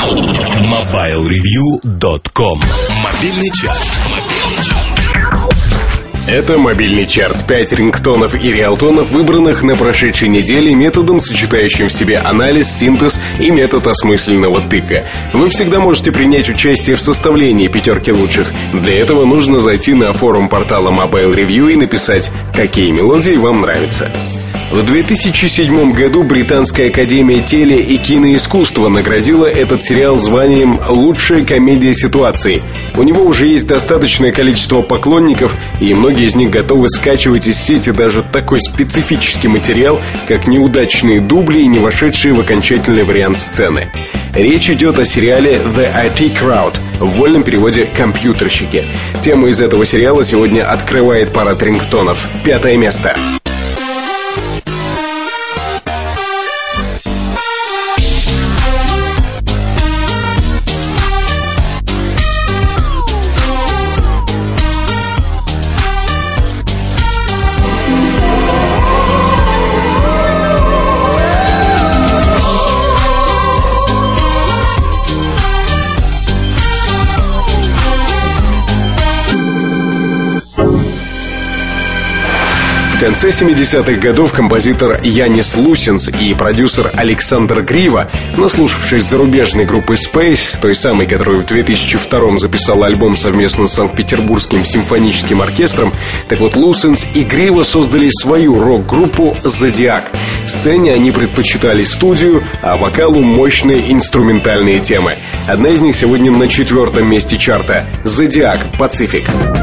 MobileReview.com. Мобильный час. Это мобильный чарт. 5 рингтонов и риалтонов, выбранных на прошедшей неделе методом, сочетающим в себе анализ, синтез и метод осмысленного тыка. Вы всегда можете принять участие в составлении пятерки лучших. Для этого нужно зайти на форум портала Mobile Review и написать, какие мелодии вам нравятся. В 2007 году Британская академия теле- и киноискусства наградила этот сериал званием «Лучшая комедия ситуаций». У него уже есть достаточное количество поклонников, и многие из них готовы скачивать из сети даже такой специфический материал, как неудачные дубли и не вошедшие в окончательный вариант сцены. Речь идет о сериале «The IT Crowd», в вольном переводе «Компьютерщики». Тему из этого сериала сегодня открывает парад рингтонов. 5-е место. В конце 70-х годов композитор Янис Лусинс и продюсер Александр Грива, наслушавшись зарубежной группы Space, той самой, которая в 2002-м записала альбом совместно с Санкт-Петербургским симфоническим оркестром, так вот Лусинс и Грива создали свою рок-группу «Зодиак». Сцене они предпочитали студию, а вокалу мощные инструментальные темы. Одна из них сегодня на 4-м месте чарта – «Зодиак Пацифик».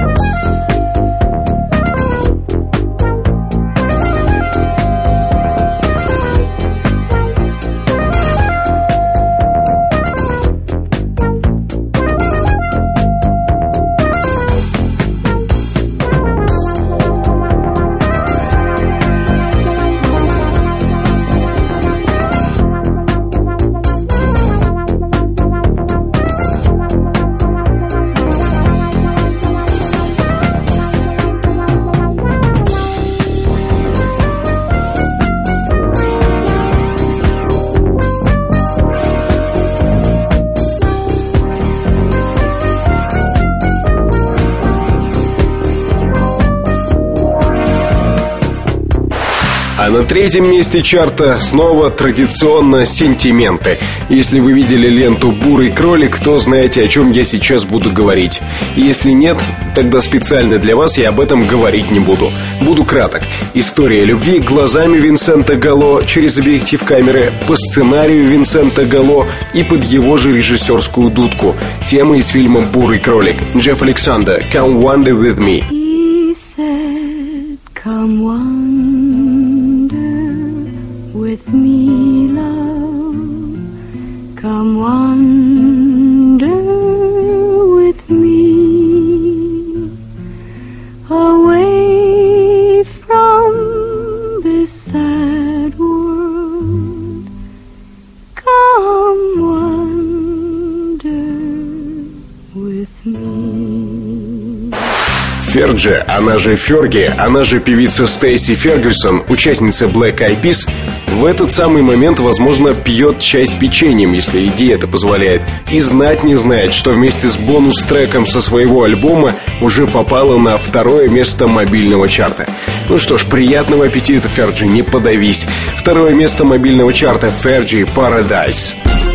А на 3-м месте чарта снова традиционно сентименты. Если вы видели ленту «Бурый кролик», то знаете, о чем я сейчас буду говорить. Если нет, тогда специально для вас я об этом говорить не буду. Буду краток. История любви глазами Винсента Галло, через объектив камеры, по сценарию Винсента Галло и под его же режиссерскую дудку. Тема из фильма «Бурый кролик». Джефф Александер, «Come Wander With Me». He said, come wander with me, love. Come wander with me away from this sad world. Come wander with me. Ферджи, она же Ферги, она же певица Стейси Фергюсон, участница Black Eyed Peas, в этот самый момент, возможно, пьет чай с печеньем, если идея это позволяет, и знать не знает, что вместе с бонус-треком со своего альбома уже попала на 2-е место мобильного чарта. Ну что ж, приятного аппетита, Ферджи, не подавись. 2-е место мобильного чарта Ферджи Paradise.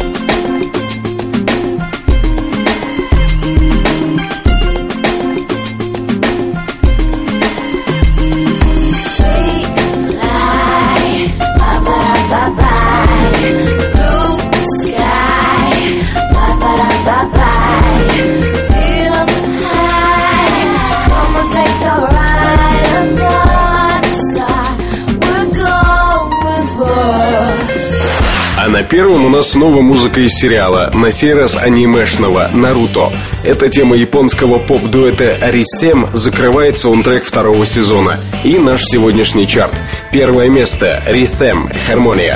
А на 1-м у нас снова музыка из сериала, на сей раз анимешного «Наруто». Эта тема японского поп-дуэта «Рисем» закрывает саундтрек 2-го сезона. И наш сегодняшний чарт. 1-е место «Рисем. Хармония».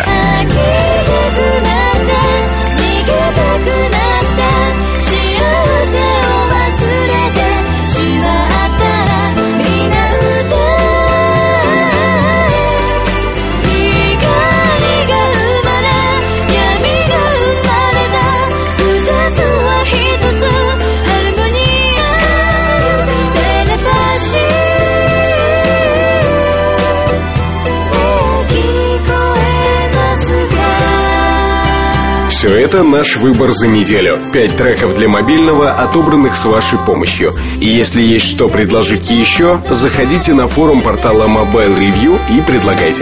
Это наш выбор за неделю. 5 треков для мобильного, отобранных с вашей помощью. И если есть что предложить еще, заходите на форум портала Mobile Review и предлагайте.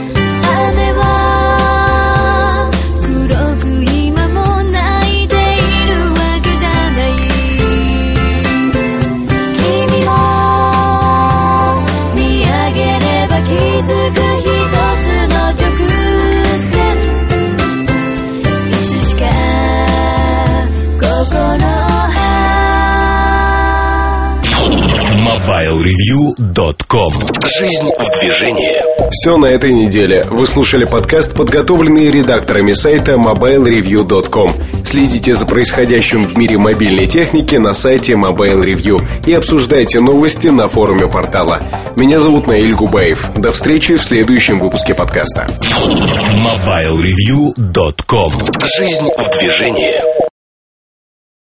MobileReview.com. Жизнь в движении. Все на этой неделе. Вы слушали подкаст, подготовленный редакторами сайта MobileReview.com. Следите за происходящим в мире мобильной техники на сайте Mobile Review и обсуждайте новости на форуме портала. Меня зовут Наиль Губаев. До встречи в следующем выпуске подкаста. MobileReview.com. Жизнь в движении.